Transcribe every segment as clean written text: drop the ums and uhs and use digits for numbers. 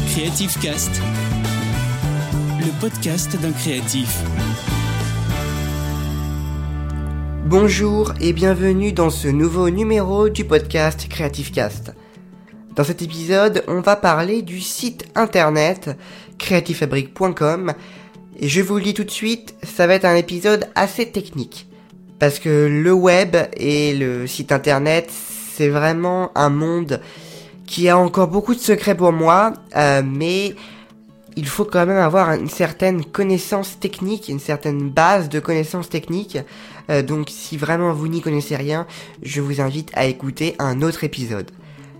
Creative Cast, le podcast d'un créatif. Bonjour et bienvenue dans ce nouveau numéro du podcast Creative Cast. Dans cet épisode, on va parler du site internet creativefabric.com et je vous le dis tout de suite, ça va être un épisode assez technique. Parce que le web et le site internet, c'est vraiment un monde qui a encore beaucoup de secrets pour moi, mais il faut quand même avoir une certaine connaissance technique, une certaine base de connaissances techniques. Donc si vraiment vous n'y connaissez rien, je vous invite à écouter un autre épisode.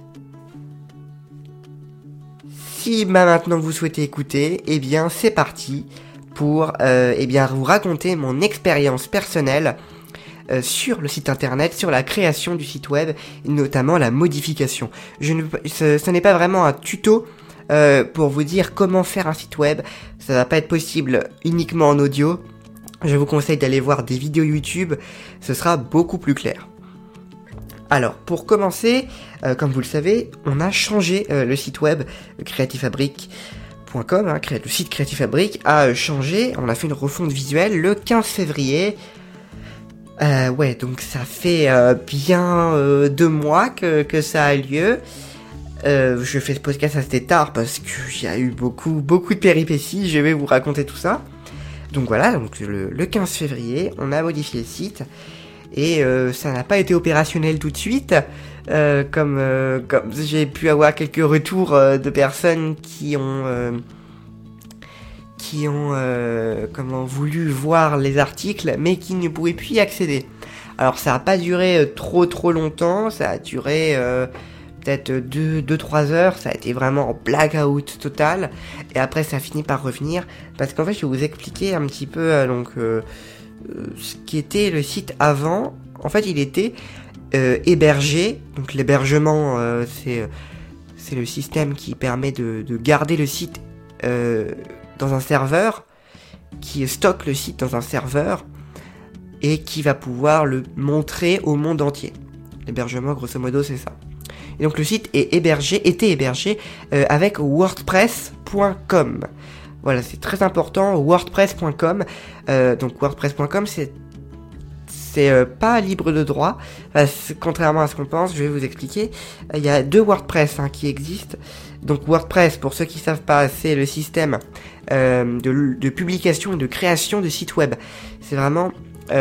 Si maintenant vous souhaitez écouter, eh bien c'est parti pour vous raconter mon expérience personnelle sur le site internet, sur la création du site web, et notamment la modification. Ce n'est pas vraiment un tuto pour vous dire comment faire un site web, ça va pas être possible uniquement en audio. Je vous conseille d'aller voir des vidéos YouTube, ce sera beaucoup plus clair. Alors, pour commencer, comme vous le savez, on a changé le site web creativefabric.com, le site Creative Fabric a changé, on a fait une refonte visuelle le 15 février. Donc ça fait bien 2 mois que ça a lieu. Je fais ce podcast assez tard parce qu'il y a eu beaucoup de péripéties, je vais vous raconter tout ça. Donc voilà, donc le 15 février, on a modifié le site et ça n'a pas été opérationnel tout de suite. Comme j'ai pu avoir quelques retours de personnes qui ont voulu voir les articles mais qui ne pouvaient plus y accéder. Alors ça a pas duré trop longtemps, ça a duré peut-être 2-3 heures, ça a été vraiment en blackout total, et après ça a fini par revenir, parce qu'en fait je vais vous expliquer un petit peu ce qui était le site avant. En fait il était hébergé, donc l'hébergement c'est le système qui permet de garder le site dans un serveur, qui stocke le site dans un serveur et qui va pouvoir le montrer au monde entier. L'hébergement, grosso modo, c'est ça. Et donc le site était hébergé avec wordpress.com. Voilà, c'est très important, wordpress.com. Donc wordpress.com, c'est pas libre de droit, contrairement à ce qu'on pense. Je vais vous expliquer. Il y a 2 WordPress qui existent. Donc WordPress, pour ceux qui savent pas, c'est le système de publication et de création de sites web. C'est vraiment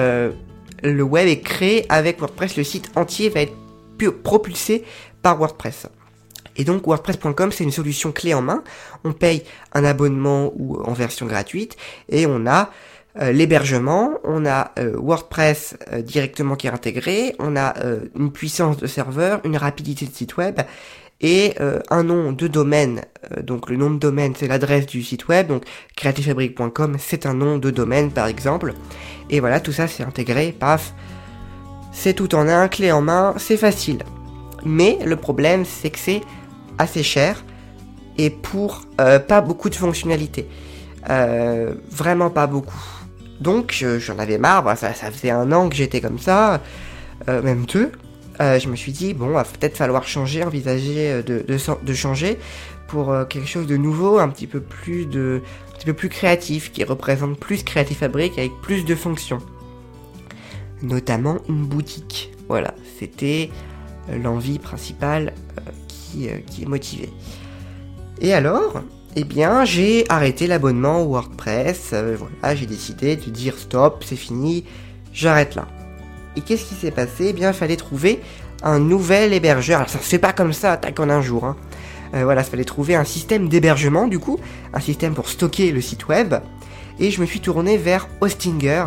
le web est créé avec WordPress, le site entier va être propulsé par WordPress. Et donc WordPress.com, c'est une solution clé en main. On paye un abonnement ou en version gratuite et on a l'hébergement, on a WordPress directement qui est intégré, on a une puissance de serveur, une rapidité de site web et un nom de domaine. Donc le nom de domaine, c'est l'adresse du site web, donc creativefabric.com, c'est un nom de domaine par exemple. Et voilà, tout ça c'est intégré, paf, c'est tout en un, clé en main, c'est facile. Mais le problème, c'est que c'est assez cher et pour pas beaucoup de fonctionnalités. Vraiment pas beaucoup. Donc j'en avais marre, ça faisait 1 an que j'étais comme ça, même 2. Je me suis dit, bon, va peut-être falloir changer, envisager de changer pour quelque chose de nouveau, un petit peu plus créatif, qui représente plus Creative Fabric avec plus de fonctions. Notamment une boutique. Voilà, c'était l'envie principale qui motivait. Et alors, eh bien, j'ai arrêté l'abonnement WordPress. Voilà, j'ai décidé de dire stop, c'est fini, j'arrête là. Et qu'est-ce qui s'est passé ? Eh bien, il fallait trouver un nouvel hébergeur. Alors, ça se fait pas comme ça, tac, en un jour. Voilà, il fallait trouver un système d'hébergement, du coup, un système pour stocker le site web. Et je me suis tourné vers Hostinger,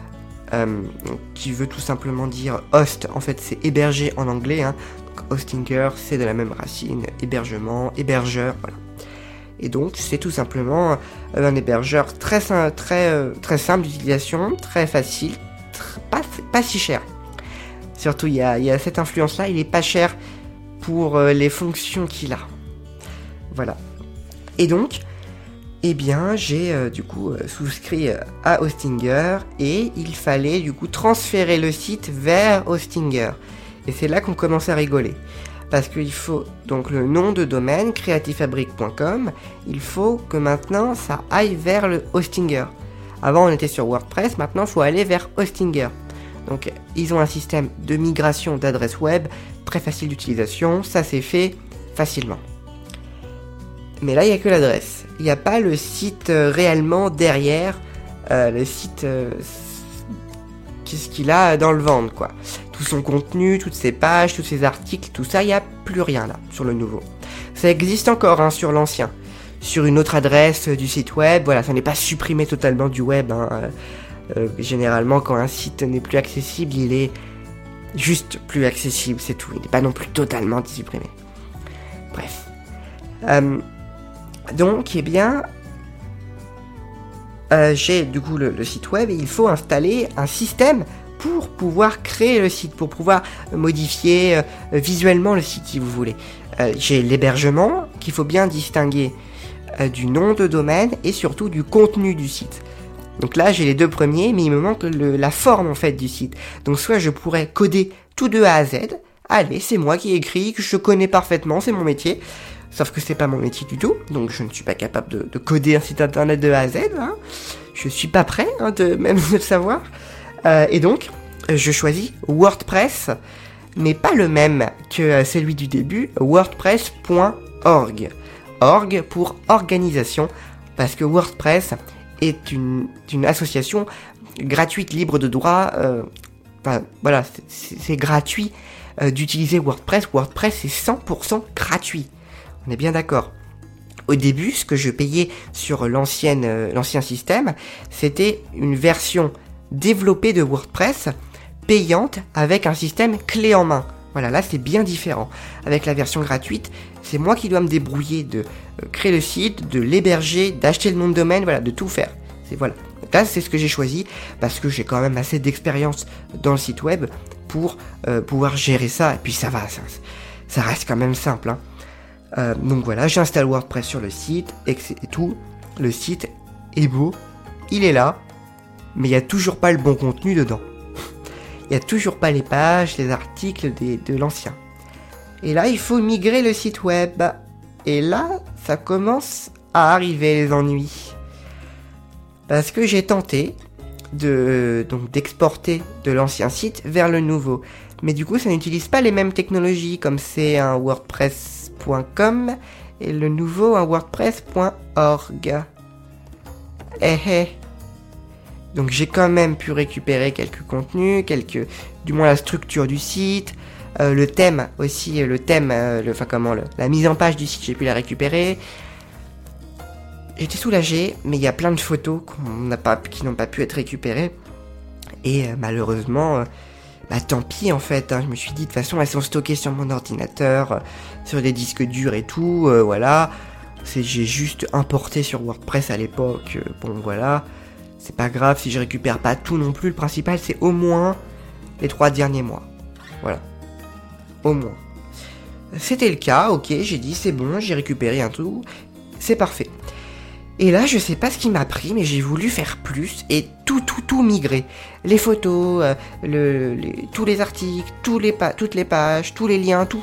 qui veut tout simplement dire host. En fait, c'est héberger en anglais. Donc, Hostinger, c'est de la même racine, hébergement, hébergeur, voilà. Et donc, c'est tout simplement un hébergeur très simple d'utilisation, très facile, pas si cher. Surtout, il y a cette influence-là, il est pas cher pour les fonctions qu'il a. Voilà. Et donc, eh bien, j'ai souscrit à Hostinger et il fallait du coup transférer le site vers Hostinger. Et c'est là qu'on commence à rigoler. parce qu'il faut donc le nom de domaine creativefabric.com, il faut que maintenant ça aille vers le Hostinger. Avant on était sur WordPress, maintenant il faut aller vers Hostinger. Donc ils ont un système de migration d'adresse web très facile d'utilisation, ça c'est fait facilement. Mais là il n'y a que l'adresse, il n'y a pas le site réellement derrière, le site qu'est-ce qu'il a dans le ventre quoi. Tout son contenu, toutes ses pages, tous ses articles, tout ça, il n'y a plus rien là sur le nouveau. Ça existe encore hein, sur l'ancien, sur une autre adresse du site web, voilà, ça n'est pas supprimé totalement du web. Généralement quand un site n'est plus accessible, il est juste plus accessible, c'est tout, il n'est pas non plus totalement supprimé. Bref. Donc, eh bien, j'ai du coup le site web et il faut installer un système pour pouvoir créer le site, pour pouvoir modifier visuellement le site si vous voulez. J'ai l'hébergement qu'il faut bien distinguer du nom de domaine et surtout du contenu du site. Donc là j'ai les deux premiers, mais il me manque la forme en fait du site. Donc soit je pourrais coder tout de A à Z, allez c'est moi qui écris, que je connais parfaitement, c'est mon métier. Sauf que c'est pas mon métier du tout, donc je ne suis pas capable de coder un site internet de A à Z. Hein. Je suis pas prêt même de le savoir. Et donc, je choisis WordPress, mais pas le même que celui du début, wordpress.org. Org pour organisation, parce que WordPress est une association gratuite, libre de droit. Voilà, c'est gratuit d'utiliser WordPress. WordPress est 100% gratuit. On est bien d'accord. Au début, ce que je payais sur l'ancien système, c'était une version développée de WordPress, payante, avec un système clé en main. Voilà, là c'est bien différent. Avec la version gratuite, c'est moi qui dois me débrouiller de créer le site, de l'héberger, d'acheter le nom de domaine, voilà, de tout faire. Voilà. Là c'est ce que j'ai choisi, parce que j'ai quand même assez d'expérience dans le site web pour pouvoir gérer ça, et puis ça va, ça reste quand même simple. Hein. Donc voilà, j'installe WordPress sur le site, et tout. Le site est beau, il est là, mais il n'y a toujours pas le bon contenu dedans. Il n'y a toujours pas les pages, les articles de l'ancien. Et là, il faut migrer le site web. Et là, ça commence à arriver les ennuis. Parce que j'ai tenté d'exporter de l'ancien site vers le nouveau. Mais du coup, ça n'utilise pas les mêmes technologies, comme c'est un WordPress.com et le nouveau un WordPress.org. Donc j'ai quand même pu récupérer quelques contenus, du moins la structure du site, le thème aussi, la mise en page du site, j'ai pu la récupérer. J'étais soulagé, mais il y a plein de photos qui n'ont pas pu être récupérées. Et malheureusement, tant pis en fait, hein, je me suis dit de toute façon elles sont stockées sur mon ordinateur, sur des disques durs et tout, voilà. J'ai juste importé sur WordPress à l'époque, bon voilà. C'est pas grave si je récupère pas tout non plus, le principal c'est au moins les 3 derniers mois. Voilà. Au moins. C'était le cas, ok, j'ai dit c'est bon, j'ai récupéré un tout, c'est parfait. Et là, je sais pas ce qui m'a pris, mais j'ai voulu faire plus et tout migrer. Les photos, tous les articles, toutes les pages, tous les liens, tout.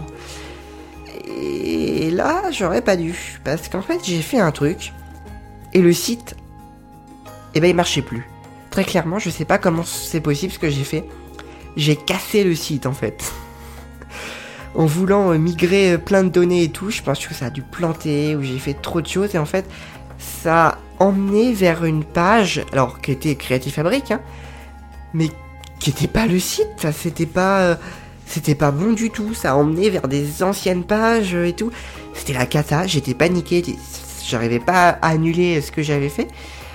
Et là, j'aurais pas dû, parce qu'en fait, j'ai fait un truc, et le site, il marchait plus. Très clairement, je sais pas comment c'est possible ce que j'ai fait. J'ai cassé le site, en fait. En voulant migrer plein de données et tout, je pense que ça a dû planter, ou j'ai fait trop de choses, et en fait, ça a emmené vers une page, alors qui était Creative Fabric, hein, mais qui était pas le site, ça c'était pas bon du tout, ça a emmené vers des anciennes pages et tout, c'était la cata, j'étais paniqué, j'arrivais pas à annuler ce que j'avais fait,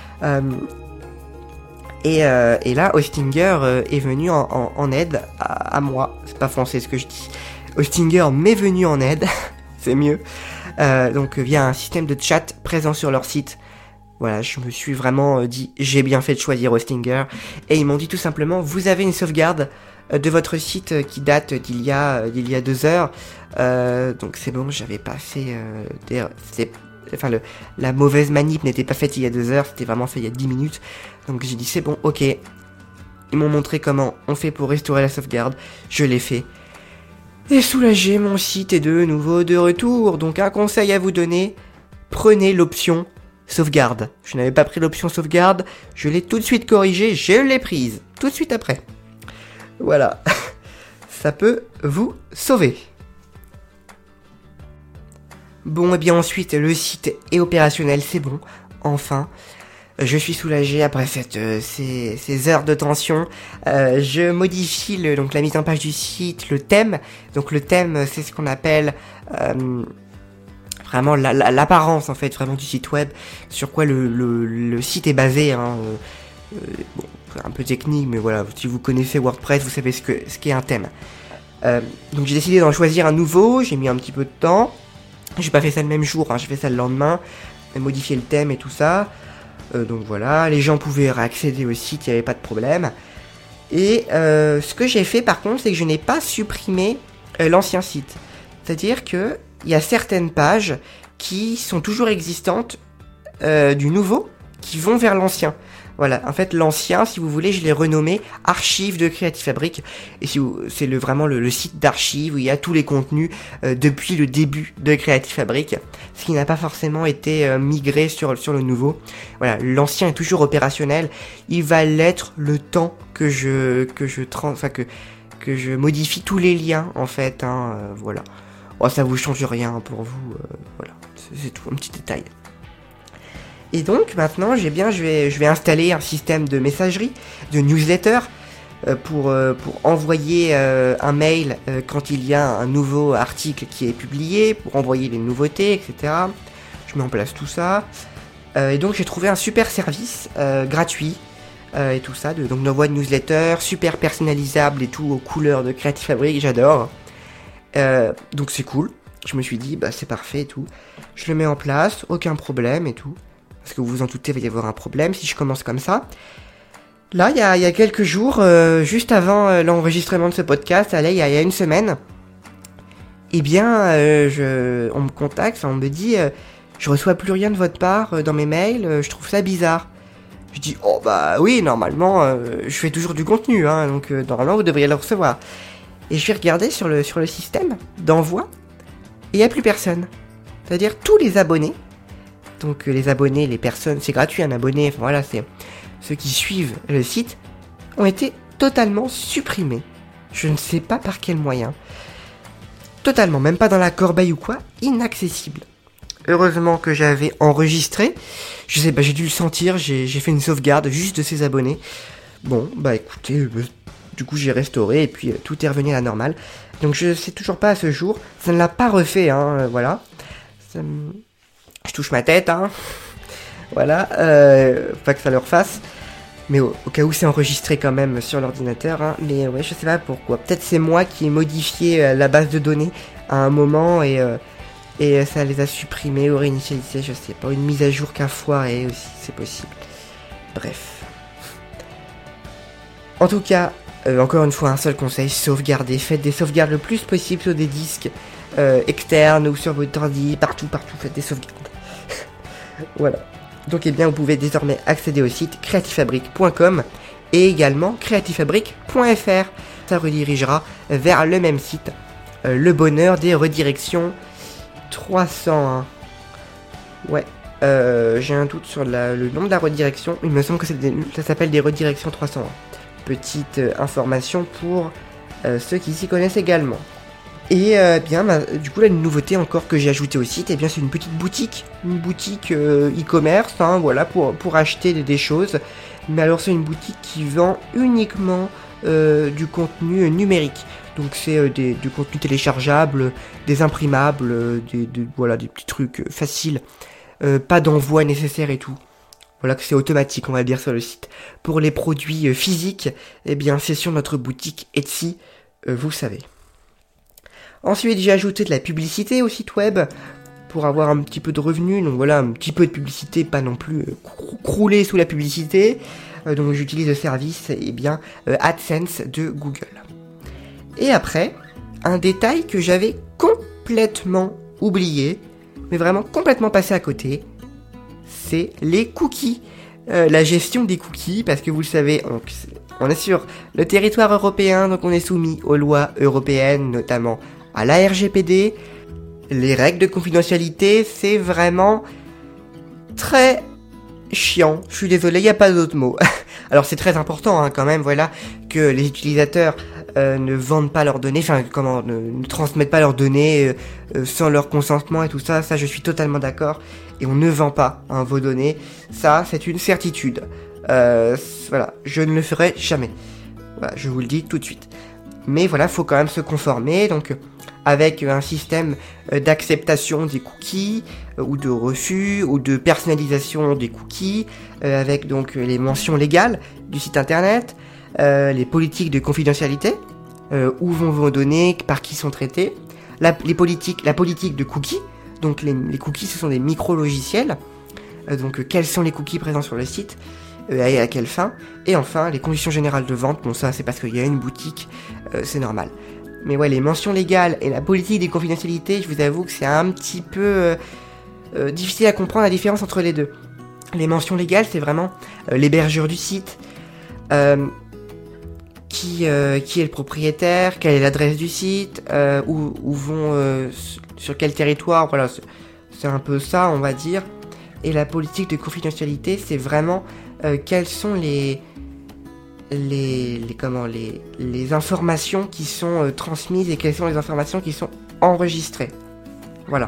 et là Hostinger est venu en aide à moi, c'est pas français ce que je dis, Hostinger m'est venu en aide, c'est mieux, donc via un système de chat présent sur leur site. Voilà, je me suis vraiment dit, j'ai bien fait de choisir Hostinger. Et ils m'ont dit tout simplement, vous avez une sauvegarde de votre site qui date d'il y a 2 heures. Donc c'est bon, j'avais pas fait... la mauvaise manip n'était pas faite il y a 2 heures, c'était vraiment fait il y a 10 minutes. Donc j'ai dit, c'est bon, ok. Ils m'ont montré comment on fait pour restaurer la sauvegarde. Je l'ai fait. Et soulagé, mon site est de nouveau de retour. Donc un conseil à vous donner, prenez l'option sauvegarde. Je n'avais pas pris l'option sauvegarde, je l'ai tout de suite corrigée, je l'ai prise. Tout de suite après. Voilà. Ça peut vous sauver. Bon, et bien ensuite, le site est opérationnel, c'est bon. Enfin. Je suis soulagé après ces heures de tension. Je modifie donc la mise en page du site, le thème. Donc le thème, c'est ce qu'on appelle vraiment l'apparence en fait, vraiment du site web, sur quoi le site est basé. Hein. Bon, un peu technique, mais voilà, si vous connaissez WordPress, vous savez ce qu'est un thème. Donc j'ai décidé d'en choisir un nouveau. J'ai mis un petit peu de temps. J'ai pas fait ça le même jour, hein, j'ai fait ça le lendemain. J'ai modifié le thème et tout ça. Donc voilà, les gens pouvaient réaccéder au site, il n'y avait pas de problème. Et ce que j'ai fait par contre, c'est que je n'ai pas supprimé l'ancien site. C'est-à-dire que il y a certaines pages qui sont toujours existantes du nouveau, qui vont vers l'ancien. Voilà, en fait l'ancien, si vous voulez, je l'ai renommé Archives de Creative Fabric. Et c'est vraiment le site d'archives où il y a tous les contenus depuis le début de Creative Fabric, ce qui n'a pas forcément été migré sur le nouveau. Voilà, l'ancien est toujours opérationnel. Il va l'être le temps que je modifie tous les liens en fait. Hein, voilà, oh, ça vous change rien pour vous. Voilà, c'est tout, un petit détail. Et donc maintenant je vais installer un système de messagerie, de newsletter pour envoyer un mail quand il y a un nouveau article qui est publié, pour envoyer les nouveautés, etc. Je mets en place tout ça. Et donc j'ai trouvé un super service gratuit et tout ça, donc d'envoi de newsletter, super personnalisable et tout aux couleurs de Creative Fabric, j'adore. Donc c'est cool. Je me suis dit bah c'est parfait et tout. Je le mets en place, aucun problème et tout. Parce que vous vous en doutez, il va y avoir un problème si je commence comme ça. Là, il y a quelques jours, juste avant l'enregistrement de ce podcast, il y a une semaine, eh bien, on me contacte, on me dit, je reçois plus rien de votre part dans mes mails, je trouve ça bizarre. Je dis, oh bah oui, normalement, je fais toujours du contenu, hein, donc normalement vous devriez le recevoir. Et je vais regarder sur le système d'envoi, et il n'y a plus personne. C'est-à-dire tous les abonnés. Donc les abonnés, les personnes, c'est gratuit un abonné, enfin voilà, c'est ceux qui suivent le site, ont été totalement supprimés. Je ne sais pas par quel moyen. Totalement, même pas dans la corbeille ou quoi, inaccessible. Heureusement que j'avais enregistré, je sais pas, j'ai dû le sentir, j'ai fait une sauvegarde juste de ces abonnés. Bon, bah écoutez, du coup j'ai restauré et puis tout est revenu à la normale. Donc je sais toujours pas à ce jour, ça ne l'a pas refait, hein, voilà. Je touche ma tête, hein. Voilà, pas que ça leur fasse. Mais au cas où c'est enregistré quand même sur l'ordinateur, hein. Mais ouais, je sais pas pourquoi. Peut-être c'est moi qui ai modifié la base de données à un moment et ça les a supprimés ou réinitialisés, je sais pas. Une mise à jour qui a foiré aussi, c'est possible. Bref. En tout cas, encore une fois, un seul conseil, sauvegardez. Faites des sauvegardes le plus possible sur des disques externes ou sur votre ordi, partout, faites des sauvegardes. Voilà. Donc eh bien vous pouvez désormais accéder au site creativefabric.com et également creativefabric.fr. Ça redirigera vers le même site. Le bonheur des redirections 301. Ouais. J'ai un doute sur le nom de la redirection. Il me semble que ça s'appelle des redirections 301. Petite information pour ceux qui s'y connaissent également. Et bien, du coup, là, une nouveauté encore que j'ai ajoutée au site, et bien, c'est une petite boutique e-commerce, hein, voilà, pour acheter des choses. Mais alors, c'est une boutique qui vend uniquement du contenu numérique. Donc, c'est du contenu téléchargeable, des imprimables, voilà, des petits trucs faciles, pas d'envoi nécessaire et tout. Voilà, que c'est automatique, on va dire, sur le site. Pour les produits physiques, eh bien, c'est sur notre boutique Etsy, vous savez. Ensuite, j'ai ajouté de la publicité au site web pour avoir un petit peu de revenus. Donc voilà, un petit peu de publicité, pas non plus crouler sous la publicité. Donc j'utilise le service AdSense de Google. Et après, un détail que j'avais complètement oublié, mais vraiment complètement passé à côté, c'est les cookies. La gestion des cookies, parce que vous le savez, on est sur le territoire européen, donc on est soumis aux lois européennes, notamment à la RGPD. Les règles de confidentialité, c'est vraiment très chiant. Je suis désolé, il n'y a pas d'autre mot. Alors c'est très important quand même, voilà, que les utilisateurs ne vendent pas leurs données, ne transmettent pas leurs données sans leur consentement et tout ça. Ça, je suis totalement d'accord. Et on ne vend pas vos données. Ça, c'est une certitude. Voilà, je ne le ferai jamais. Voilà, je vous le dis tout de suite. Mais voilà, faut quand même se conformer, donc avec un système d'acceptation des cookies, ou de refus, ou de personnalisation des cookies, avec donc les mentions légales du site internet, les politiques de confidentialité, où vont vos données, par qui sont traitées, la politique de cookies, donc les cookies ce sont des micro-logiciels, donc quels sont les cookies présents sur le site, et à quelle fin, et enfin les conditions générales de vente, bon ça c'est parce qu'il y a une boutique, c'est normal. Mais ouais, les mentions légales et la politique des confidentialités, je vous avoue que c'est un petit peu difficile à comprendre la différence entre les deux. Les mentions légales, c'est vraiment l'hébergeur du site, qui est le propriétaire, quelle est l'adresse du site, où vont, sur quel territoire, voilà, c'est un peu ça, on va dire. Et la politique de confidentialité, c'est vraiment quelles sont les informations qui sont transmises et quelles sont les informations qui sont enregistrées. Voilà.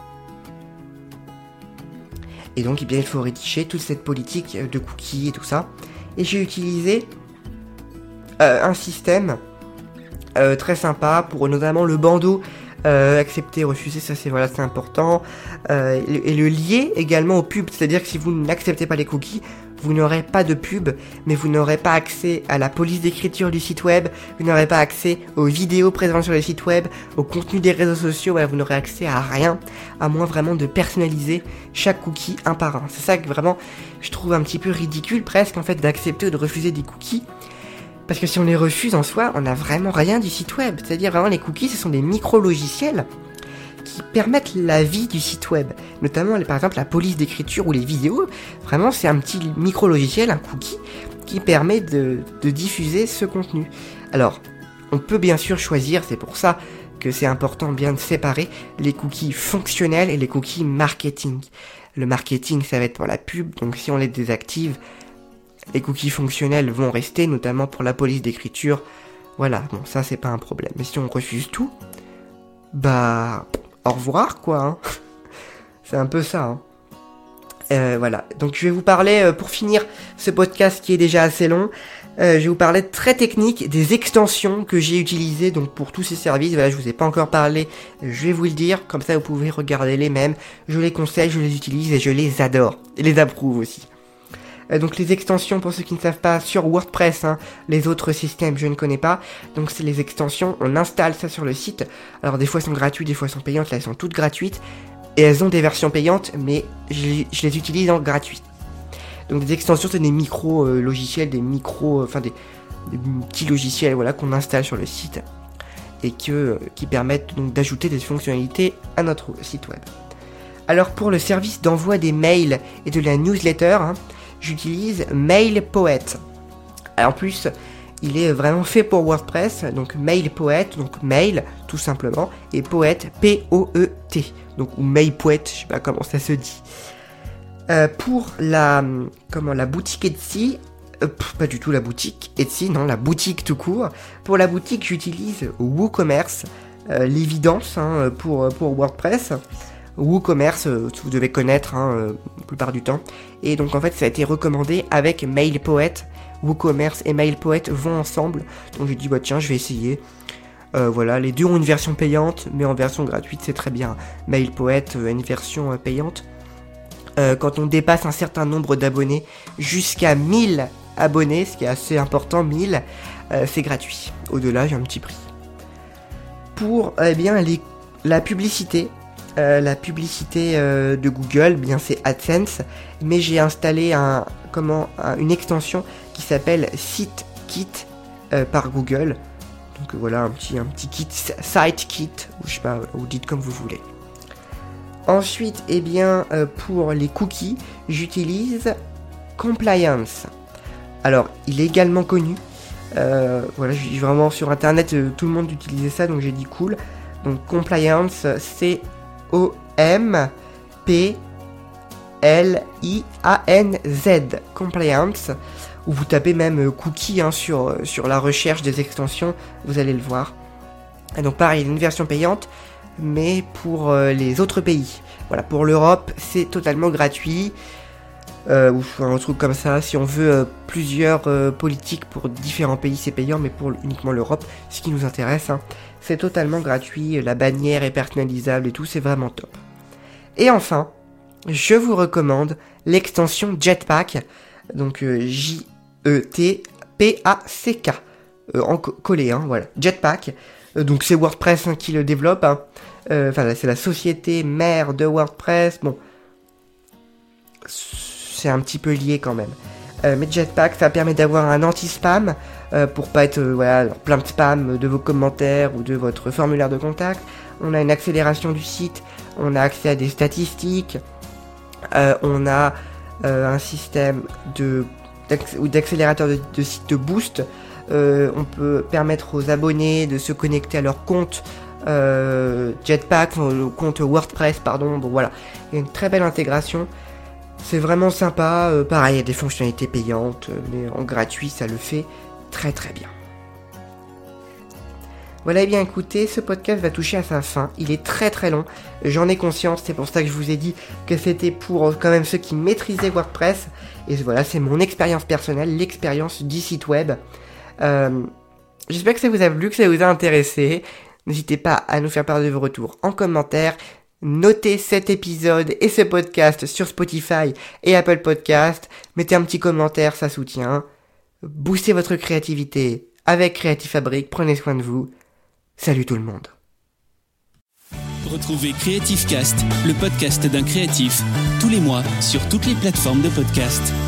Et donc, eh bien, il faut rédiger toute cette politique de cookies et tout ça. Et j'ai utilisé un système très sympa pour notamment le bandeau accepter, refuser, ça c'est important. Et le lier également aux pubs, c'est-à-dire que si vous n'acceptez pas les cookies, vous n'aurez pas de pub, mais vous n'aurez pas accès à la police d'écriture du site web, vous n'aurez pas accès aux vidéos présentes sur le site web, au contenu des réseaux sociaux, vous n'aurez accès à rien, à moins vraiment de personnaliser chaque cookie un par un. C'est ça que vraiment, je trouve un petit peu ridicule presque en fait d'accepter ou de refuser des cookies. Parce que si on les refuse en soi, on n'a vraiment rien du site web. C'est-à-dire vraiment les cookies, ce sont des micro-logiciels qui permettent la vie du site web. Notamment, par exemple, la police d'écriture ou les vidéos. Vraiment, c'est un petit micro-logiciel, un cookie, qui permet de diffuser ce contenu. Alors, on peut bien sûr choisir, c'est pour ça que c'est important bien de séparer les cookies fonctionnels et les cookies marketing. Le marketing, ça va être pour la pub, donc si on les désactive, les cookies fonctionnels vont rester, notamment pour la police d'écriture. Voilà, bon, ça c'est pas un problème. Mais si on refuse tout, au revoir quoi. C'est un peu ça. Voilà, donc je vais vous parler, pour finir ce podcast qui est déjà assez long, je vais vous parler très technique des extensions que j'ai utilisées donc pour tous ces services. Voilà, je vous ai pas encore parlé, je vais vous le dire, comme ça vous pouvez regarder les mêmes. Je les conseille, je les utilise et je les adore. Et les approuve aussi. Donc les extensions, pour ceux qui ne savent pas, sur WordPress, les autres systèmes je ne connais pas, donc c'est les extensions, on installe ça sur le site, alors des fois elles sont gratuites, des fois elles sont payantes, là elles sont toutes gratuites, et elles ont des versions payantes, mais je les utilise en gratuit. Donc des extensions c'est des micro-logiciels, des petits logiciels voilà, qu'on installe sur le site, et qui permettent donc d'ajouter des fonctionnalités à notre site web. Alors pour le service d'envoi des mails et de la newsletter, j'utilise MailPoet. En plus, il est vraiment fait pour WordPress, donc MailPoet, donc mail tout simplement, et Poet, P-O-E-T, donc ou MailPoet, je sais pas comment ça se dit. Pour la boutique Etsy, pas du tout la boutique Etsy, non, la boutique tout court. Pour la boutique, j'utilise WooCommerce, l'évidence pour WordPress. WooCommerce, vous devez connaître la plupart du temps. Et donc en fait ça a été recommandé avec MailPoet. WooCommerce et MailPoet vont ensemble. Donc j'ai dit tiens je vais essayer. Voilà, les deux ont une version payante, mais en version gratuite c'est très bien. MailPoet a une version payante. Quand on dépasse un certain nombre d'abonnés, jusqu'à 1000 abonnés, ce qui est assez important, 1000, c'est gratuit. Au-delà j'ai un petit prix. Pour la publicité. De Google, bien c'est AdSense, mais j'ai installé une extension qui s'appelle SiteKit par Google. Donc voilà un petit kit, SiteKit, ou je sais pas, vous dites comme vous voulez. Ensuite, pour les cookies, j'utilise Compliance. Alors, il est également connu. Voilà, je suis vraiment sur internet, tout le monde utilisait ça, donc j'ai dit cool. Donc compliance, C-O-M-P-L-I-A-N-Z, compliance, ou vous tapez même cookie sur la recherche des extensions, vous allez le voir. Et donc pareil, il y a une version payante, mais pour les autres pays. Voilà, pour l'Europe, c'est totalement gratuit. Ou un truc comme ça, si on veut plusieurs politiques pour différents pays, c'est payant, mais pour uniquement l'Europe, ce qui nous intéresse, c'est totalement gratuit, la bannière est personnalisable et tout, c'est vraiment top. Et enfin, je vous recommande l'extension Jetpack, donc J-E-T-P-A-C-K, en collé, voilà, Jetpack. Donc c'est WordPress qui le développe, enfin c'est la société mère de WordPress, bon, c'est un petit peu lié quand même. Mais Jetpack, ça permet d'avoir un anti-spam, pour pas être plein de spam de vos commentaires ou de votre formulaire de contact. On a une accélération du site, on a accès à des statistiques, on a un système d'accélérateur de site de boost. On peut permettre aux abonnés de se connecter à leur compte Jetpack, le compte WordPress, pardon. Bon voilà, il y a une très belle intégration. C'est vraiment sympa. Pareil, il y a des fonctionnalités payantes, mais en gratuit, ça le fait très très bien. Voilà, et bien écoutez, ce podcast va toucher à sa fin. Il est très très long, j'en ai conscience, c'est pour ça que je vous ai dit que c'était pour quand même ceux qui maîtrisaient WordPress. Et voilà, c'est mon expérience personnelle, l'expérience du site web. J'espère que ça vous a plu, que ça vous a intéressé. N'hésitez pas à nous faire part de vos retours en commentaire. Notez cet épisode et ce podcast sur Spotify et Apple Podcast. Mettez un petit commentaire, ça soutient. Boostez votre créativité avec Creative Fabric. Prenez soin de vous. Salut tout le monde. Retrouvez Creative Cast, le podcast d'un créatif, tous les mois sur toutes les plateformes de podcast.